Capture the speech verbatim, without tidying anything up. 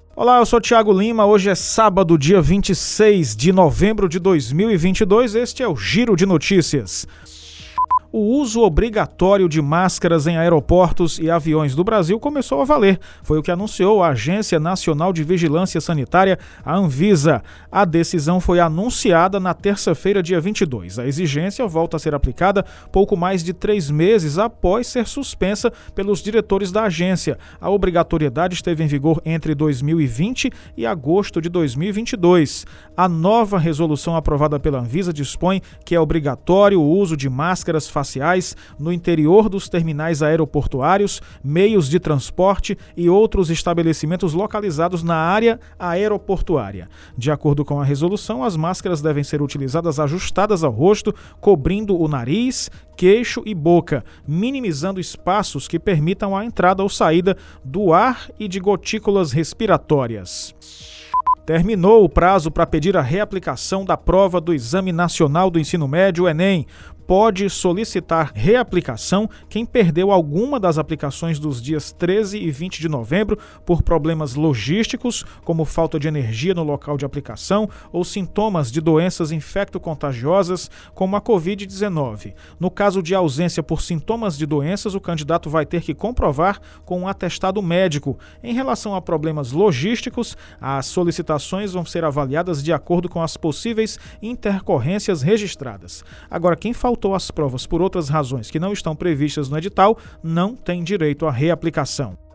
Olá, eu sou Thiago Lima, hoje é sábado, dia vinte e seis de novembro de dois mil e vinte e dois, este é o Giro de Notícias. O uso obrigatório de máscaras em aeroportos e aviões do Brasil começou a valer. Foi o que anunciou a Agência Nacional de Vigilância Sanitária, a Anvisa. A decisão foi anunciada na terça-feira, dia vinte e dois. A exigência volta a ser aplicada pouco mais de três meses após ser suspensa pelos diretores da agência. A obrigatoriedade esteve em vigor entre dois mil e vinte e agosto de dois mil e vinte e dois. A nova resolução aprovada pela Anvisa dispõe que é obrigatório o uso de máscaras faciais no interior dos terminais aeroportuários, meios de transporte e outros estabelecimentos localizados na área aeroportuária. De acordo com a resolução, as máscaras devem ser utilizadas ajustadas ao rosto, cobrindo o nariz, queixo e boca, minimizando espaços que permitam a entrada ou saída do ar e de gotículas respiratórias. Terminou o prazo para pedir a reaplicação da prova do Exame Nacional do Ensino Médio, Enem. Pode solicitar reaplicação quem perdeu alguma das aplicações dos dias treze e vinte de novembro por problemas logísticos, como falta de energia no local de aplicação ou sintomas de doenças infecto-contagiosas, como a covid dezenove. No caso de ausência por sintomas de doenças, o candidato vai ter que comprovar com um atestado médico. Em relação a problemas logísticos, as solicitações vão ser avaliadas de acordo com as possíveis intercorrências registradas. Agora, quem faltou as provas por outras razões que não estão previstas no edital, não tem direito à reaplicação.